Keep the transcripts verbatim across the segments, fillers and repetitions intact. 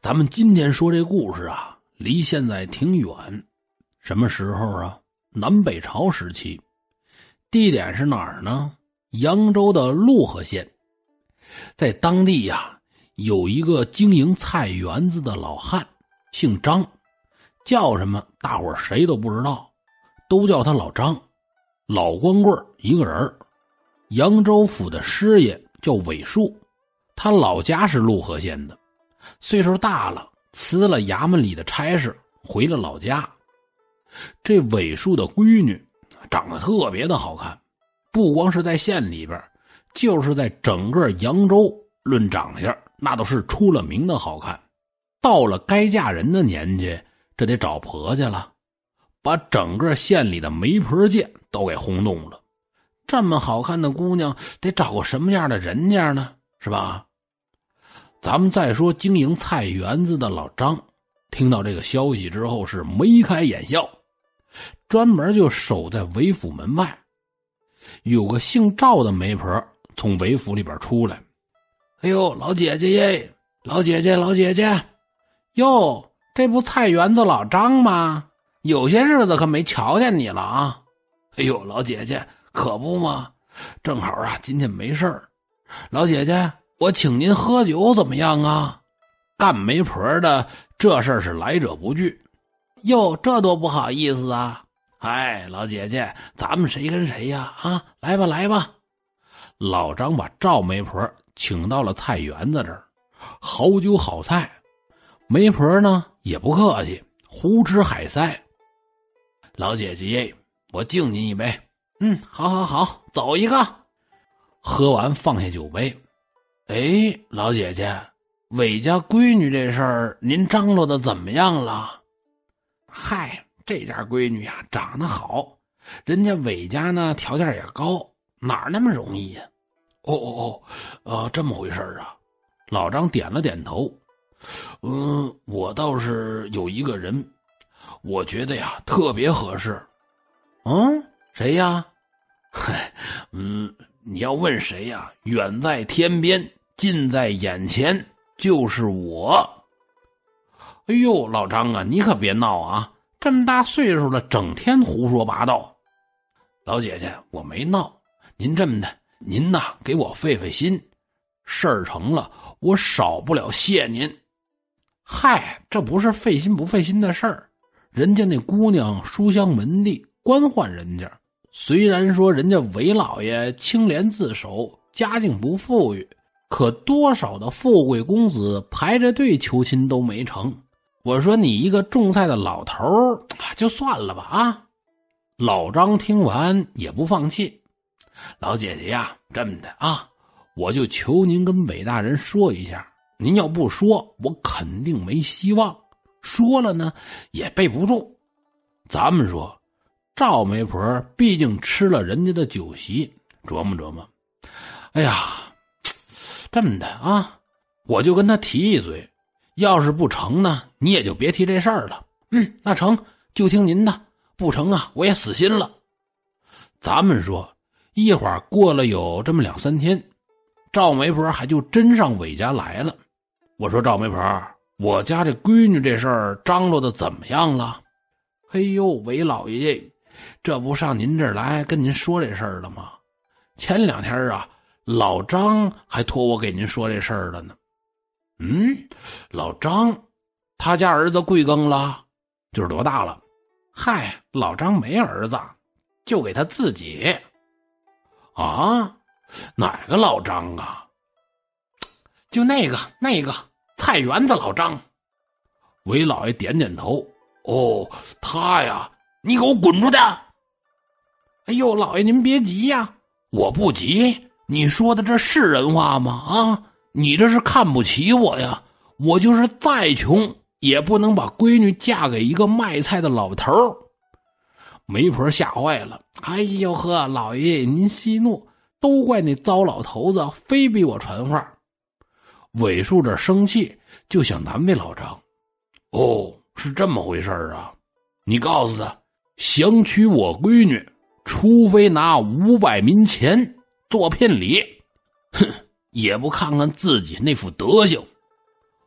咱们今天说这故事啊，离现在挺远。什么时候啊？南北朝时期。地点是哪儿呢？扬州的潞河县。在当地呀，有一个经营菜园子的老汉，姓张，叫什么大伙儿谁都不知道，都叫他老张。老光棍一个人。扬州府的师爷叫韦树，他老家是潞河县的，岁数大了，辞了衙门里的差事，回了老家。这韦树的闺女长得特别的好看，不光是在县里边，就是在整个扬州论长相，那都是出了名的好看。到了该嫁人的年纪，这得找婆家了，把整个县里的媒婆界都给轰动了。这么好看的姑娘，得找个什么样的人家呢？是吧？咱们再说经营菜园子的老张，听到这个消息之后是眉开眼笑，专门就守在韦府门外。有个姓赵的媒婆从韦府里边出来，哎呦，老姐姐耶，老姐姐，老姐姐，哟，这不菜园子老张吗？有些日子可没瞧见你了啊！哎呦，老姐姐，可不嘛，正好啊，今天没事儿，老姐姐，我请您喝酒怎么样啊？干媒婆的这事儿是来者不拒。哟，这多不好意思啊！哎，老姐姐，咱们谁跟谁呀？啊，来吧来吧。老张把赵媒婆请到了菜园子这儿，好酒好菜，媒婆呢也不客气，胡吃海塞。老姐姐，我敬您一杯。嗯，好好好，走一个。喝完放下酒杯。哎，老姐姐，韦家闺女这事儿您张罗的怎么样了？嗨，这家闺女呀，长得好，人家韦家呢条件也高，哪那么容易呀？哦哦哦，呃，这么回事啊。老张点了点头。嗯，我倒是有一个人，我觉得呀特别合适。嗯，谁呀？嗨，嗯，你要问谁呀？远在天边，近在眼前，就是我。哎呦，老张啊，你可别闹啊！这么大岁数了，整天胡说八道。老姐姐，我没闹，您这么的，您呐给我费费心，事儿成了，我少不了谢您。嗨，这不是费心不费心的事儿，人家那姑娘书香门第，官宦人家。虽然说人家韦老爷清廉自守，家境不富裕，可多少的富贵公子排着队求亲都没成。我说你一个种菜的老头儿，就算了吧啊！老张听完也不放弃。老姐姐呀，这么的啊，我就求您跟韦大人说一下，您要不说，我肯定没希望；说了呢，也备不住。咱们说，赵媒婆毕竟吃了人家的酒席，琢磨琢磨，哎呀，这么的啊，我就跟他提一嘴，要是不成呢，你也就别提这事儿了。嗯，那成，就听您的。不成啊，我也死心了。咱们说，一会儿过了有这么两三天，赵媒婆还就真上韦家来了。我说赵媒婆，我家这闺女这事儿张罗的怎么样了？嘿呦，韦老爷，这不上您这儿来跟您说这事儿了吗？前两天啊，老张还托我给您说这事儿了呢。嗯，老张，他家儿子贵庚了？就是多大了？嗨，老张没儿子，就给他自己。啊，哪个老张啊？就那个那个菜园子老张。韦老爷点点头。哦，他呀，你给我滚出去！哎呦，老爷您别急呀，我不急。你说的这是人话吗？啊，你这是看不起我呀？我就是再穷，也不能把闺女嫁给一个卖菜的老头儿。媒婆吓坏了。哎呦呵，老爷您息怒，都怪那糟老头子非逼我传话。韦树这生气，就想难为老张。哦，是这么回事啊？你告诉他，想娶我闺女，除非拿五百民钱做聘礼。哼，也不看看自己那副德行。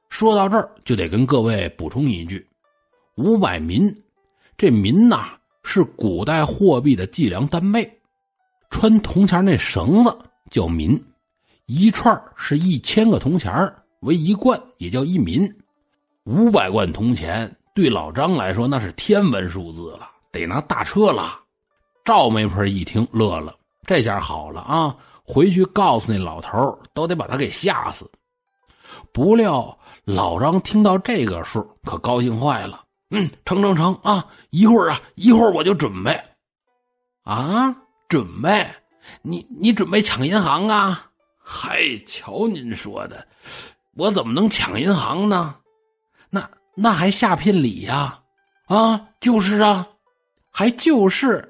说到这儿，就得跟各位补充一句，五百民，这民呐是古代货币的计量单位，穿铜钱那绳子叫民，一串是一千个铜钱为一贯，也叫一民。五百贯铜钱对老张来说那是天文数字了，得拿大车拉。赵媒婆一听乐了，这下好了啊，回去告诉那老头都得把他给吓死。不料老张听到这个数可高兴坏了，嗯，成成成啊，一会儿啊一会儿我就准备。啊，准备？你你准备抢银行啊？嗨，瞧您说的，我怎么能抢银行呢？那那还下聘礼呀？啊，就是啊，还就是，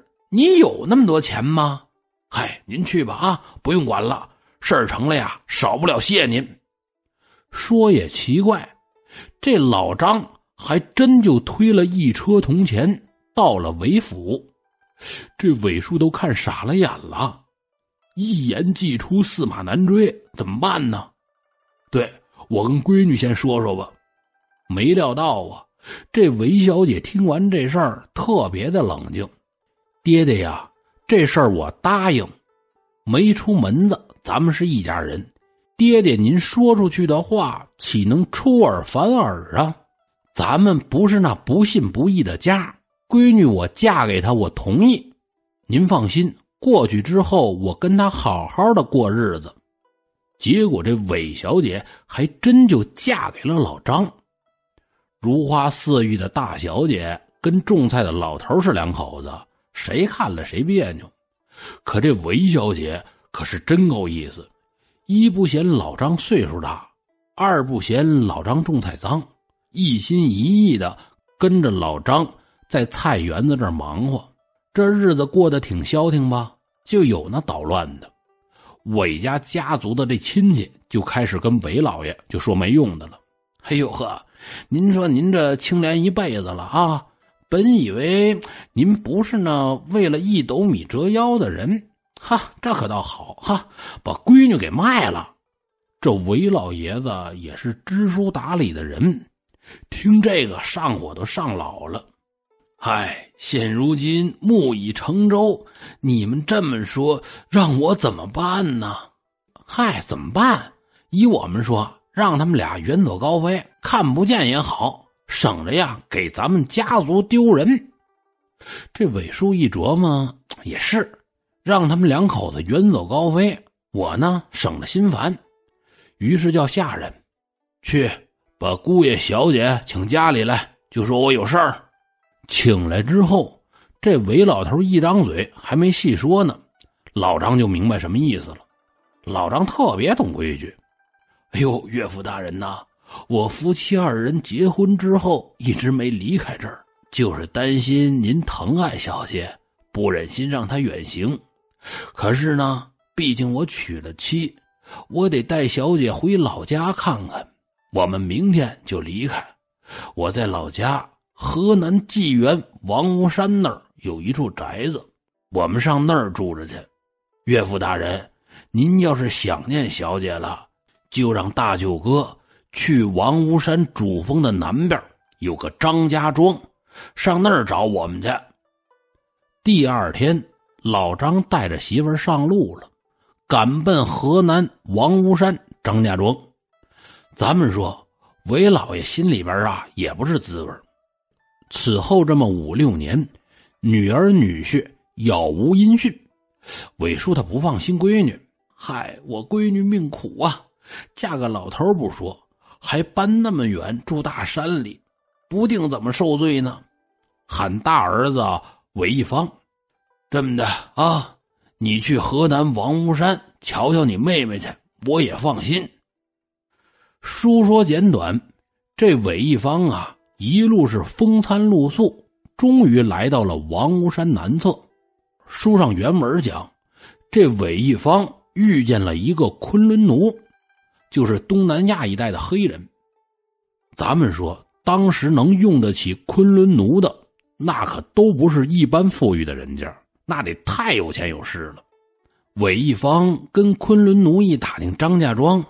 你有那么多钱吗？嗨，您去吧啊，不用管了，事儿成了呀，少不了谢您。说也奇怪，这老张还真就推了一车铜钱到了韦府，这韦叔都看傻了眼了，一言既出，驷马难追，怎么办呢？对，我跟闺女先说说吧。没料到啊，这韦小姐听完这事儿特别的冷静。爹爹呀，这事儿我答应，没出门子，咱们是一家人。爹爹您说出去的话岂能出尔反尔啊？咱们不是那不信不义的家，闺女我嫁给他，我同意。您放心，过去之后我跟他好好的过日子。结果这韦小姐还真就嫁给了老张。如花似玉的大小姐跟种菜的老头是两口子，谁看了谁别扭。可这韦小姐可是真够意思，一不嫌老张岁数大，二不嫌老张种菜脏，一心一意的跟着老张在菜园子这儿忙活。这日子过得挺消停吧，就有那捣乱的。韦家家族的这亲戚就开始跟韦老爷就说没用的了。哎呦呵，您说您这清廉一辈子了啊，本以为您不是那为了一斗米折腰的人，哈，这可倒好哈，把闺女给卖了。这韦老爷子也是知书达理的人，听这个上火都上老了。嗨，现如今木已成舟，你们这么说，让我怎么办呢？嗨，怎么办？依我们说，让他们俩远走高飞，看不见也好，省着呀给咱们家族丢人。这韦叔一琢磨，也是，让他们两口子远走高飞，我呢省着心烦。于是叫下人去把姑爷小姐请家里来，就说我有事儿。请来之后，这韦老头一张嘴还没细说呢，老张就明白什么意思了。老张特别懂规矩。哎呦，岳父大人呐，我夫妻二人结婚之后一直没离开这儿，就是担心您疼爱小姐，不忍心让她远行。可是呢，毕竟我娶了妻，我得带小姐回老家看看。我们明天就离开。我在老家河南济源王屋山那儿有一处宅子，我们上那儿住着去。岳父大人，您要是想念小姐了，就让大舅哥去王屋山主峰的南边有个张家庄，上那儿找我们去。第二天，老张带着媳妇儿上路了，赶奔河南王屋山张家庄。咱们说，韦老爷心里边啊也不是滋味。此后这么五六年，女儿女婿杳无音讯。韦叔他不放心闺女，嗨，我闺女命苦啊，嫁个老头不说，还搬那么远住大山里，不定怎么受罪呢。喊大儿子韦一方，这么的啊，你去河南王屋山瞧瞧你妹妹去，我也放心。书说简短，这韦一方啊一路是风餐露宿，终于来到了王屋山南侧。书上原文讲，这韦一方遇见了一个昆仑奴，就是东南亚一带的黑人。咱们说，当时能用得起昆仑奴的，那可都不是一般富裕的人家，那得太有钱有势了。韦一方跟昆仑奴一打听张家庄，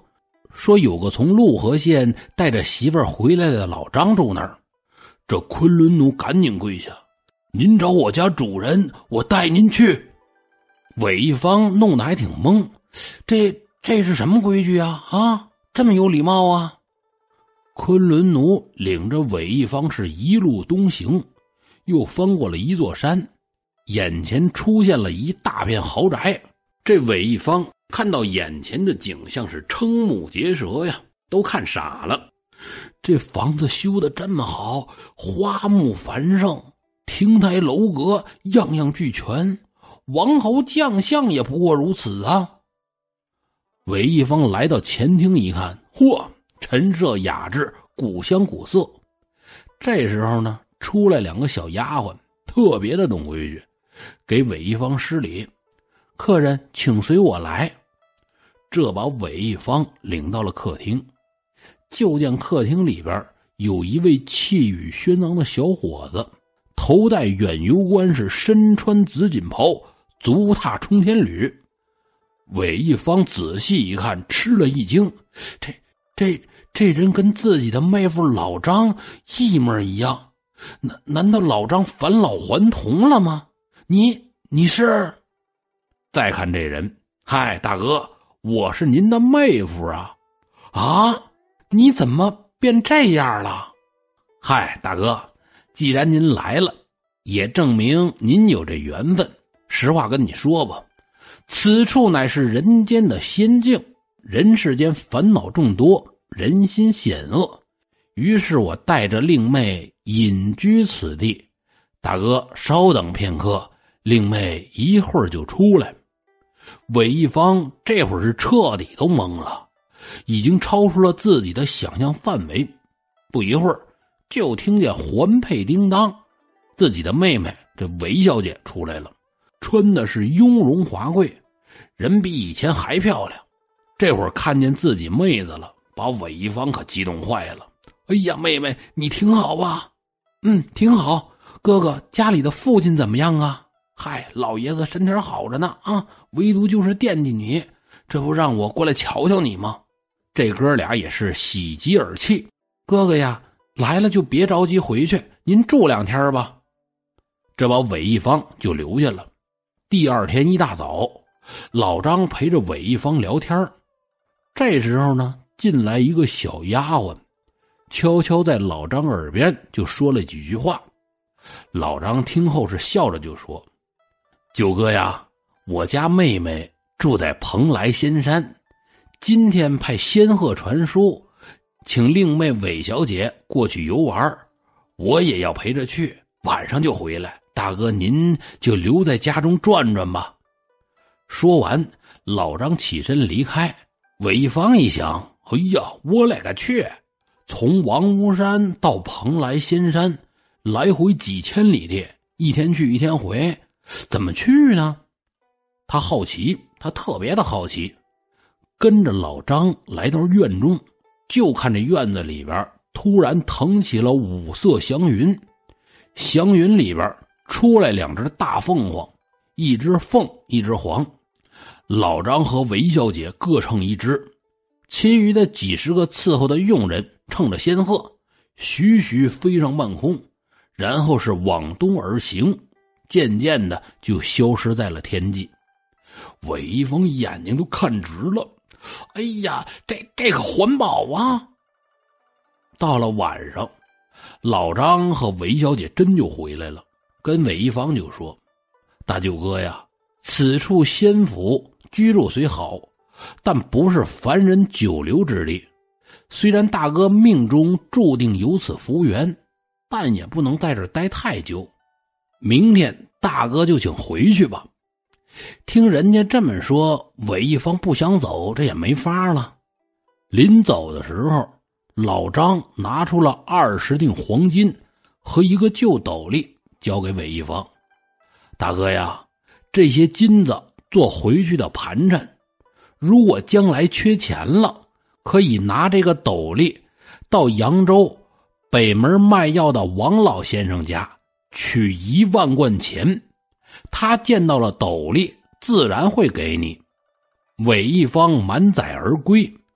说有个从陆河县带着媳妇儿回来的老张住那儿。这昆仑奴赶紧跪下：“您找我家主人，我带您去。”韦一方弄得还挺懵，这这是什么规矩啊？啊，这么有礼貌啊！昆仑奴领着韦一方是一路东行，又翻过了一座山，眼前出现了一大片豪宅。这韦一方看到眼前的景象是瞠目结舌呀，都看傻了。这房子修得这么好，花木繁盛，亭台楼阁样样俱全，王侯将相也不过如此啊！韦一方来到前厅一看，嚯，陈设雅致，古香古色。这时候呢，出来两个小丫鬟，特别的懂规矩，给韦一方施礼：“客人请随我来。”这把韦一方领到了客厅，就见客厅里边有一位气宇轩昂的小伙子，头戴远游冠饰，身穿紫锦袍，足踏冲天履。韦一方仔细一看，吃了一惊，这这这人跟自己的妹夫老张一模一样，难难道老张返老还童了吗？你你是？再看这人，嗨，大哥，我是您的妹夫啊！啊，你怎么变这样了？嗨，大哥，既然您来了，也证明您有这缘分。实话跟你说吧，此处乃是人间的仙境，人世间烦恼众多，人心险恶，于是我带着令妹隐居此地。大哥稍等片刻，令妹一会儿就出来。韦一方这会儿是彻底都懵了，已经超出了自己的想象范围。不一会儿就听见环佩叮当，自己的妹妹这韦小姐出来了，穿的是雍容华贵，人比以前还漂亮。这会儿看见自己妹子了，把韦一方可激动坏了。哎呀，妹妹你挺好吧？嗯，挺好。哥哥，家里的父亲怎么样啊？嗨，老爷子身体好着呢啊，唯独就是惦记你，这不让我过来瞧瞧你吗？这哥俩也是喜极而泣。哥哥呀，来了就别着急回去，您住两天吧。这把韦一方就留下了。第二天一大早，老张陪着韦一方聊天。这时候呢，进来一个小丫鬟，悄悄在老张耳边就说了几句话。老张听后是笑着就说：“九哥呀，我家妹妹住在蓬莱仙山，今天派仙鹤传书，请令妹韦小姐过去游玩，我也要陪着去，晚上就回来。大哥您就留在家中转转吧。”说完，老张起身离开。韦一方一想，哎呀，我勒个去！从王屋山到蓬莱仙山，来回几千里地，一天去一天回，怎么去呢？他好奇，他特别的好奇，跟着老张来到院中，就看这院子里边突然腾起了五色祥云，祥云里边出来两只大凤凰，一只凤，一只凰。老张和韦小姐各乘一只，其余的几十个伺候的佣人乘着仙鹤，徐徐飞上半空，然后是往东而行，渐渐的就消失在了天际。韦一峰眼睛都看直了，哎呀，这这可环保啊！到了晚上，老张和韦小姐真就回来了，跟韦一方就说：“大舅哥呀，此处仙府居住虽好，但不是凡人久留之地。虽然大哥命中注定有此福缘，但也不能在这儿待太久。明天大哥就请回去吧。”听人家这么说，韦一方不想走，这也没法了。临走的时候，老张拿出了二十锭黄金和一个旧斗笠，交给韦一方：“大哥呀，这些金子做回去的盘缠，如果将来缺钱了，可以拿这个斗笠到扬州北门卖药的王老先生家取一万贯钱，他见到了斗笠自然会给你。”韦一方满载而归，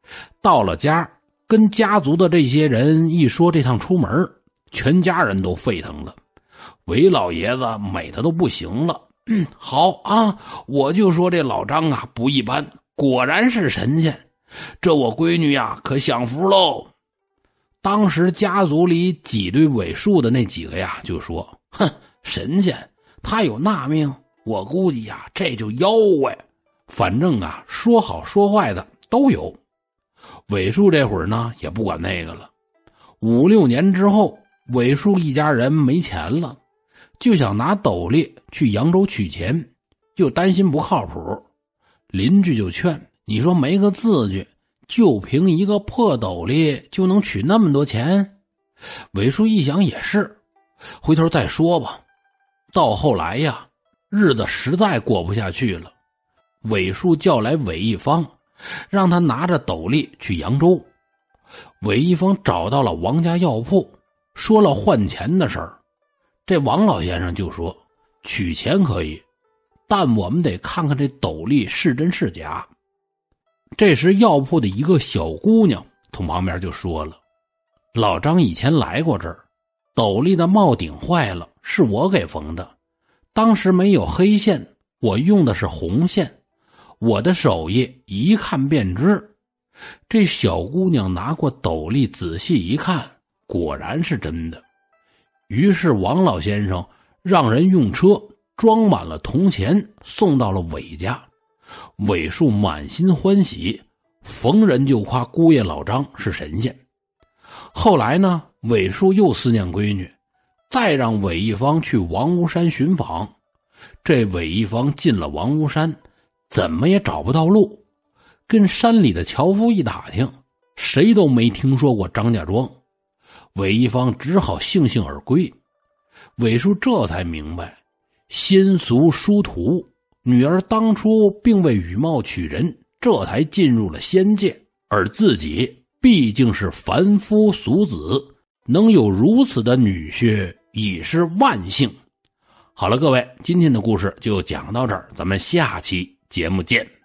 到了家，跟家族的这些人一说这趟出门，全家人都沸腾了。韦老爷子美的都不行了。嗯，好啊，我就说这老张啊不一般，果然是神仙，这我闺女呀可享福喽。当时家族里挤兑韦树的那几个呀就说，哼，神仙他有那命，我估计呀这就妖怪，反正啊说好说坏的都有。韦树这会儿呢也不管那个了。五六年之后，韦树一家人没钱了，就想拿斗笠去扬州取钱，又担心不靠谱，邻居就劝，你说没个字据，就凭一个破斗笠就能取那么多钱？韦树一想也是，回头再说吧。到后来呀，日子实在过不下去了，韦树叫来韦一方，让他拿着斗笠去扬州。韦一方找到了王家药铺，说了换钱的事儿。这王老先生就说，取钱可以，但我们得看看这斗笠是真是假。这时药铺的一个小姑娘从旁边就说了，老张以前来过这儿，斗笠的帽顶坏了，是我给缝的，当时没有黑线，我用的是红线，我的手艺一看便知。这小姑娘拿过斗笠仔细一看，果然是真的。于是王老先生让人用车装满了铜钱送到了韦家。韦树满心欢喜，逢人就夸姑爷老张是神仙。后来呢，韦树又思念闺女，再让韦一方去王屋山寻访。这韦一方进了王屋山，怎么也找不到路，跟山里的樵夫一打听，谁都没听说过张家庄。韦一方只好悻悻而归。韦树这才明白，仙俗殊途，女儿当初并未羽貌取人，这才进入了仙界，而自己毕竟是凡夫俗子，能有如此的女婿已是万幸。好了，各位，今天的故事就讲到这儿，咱们下期节目见。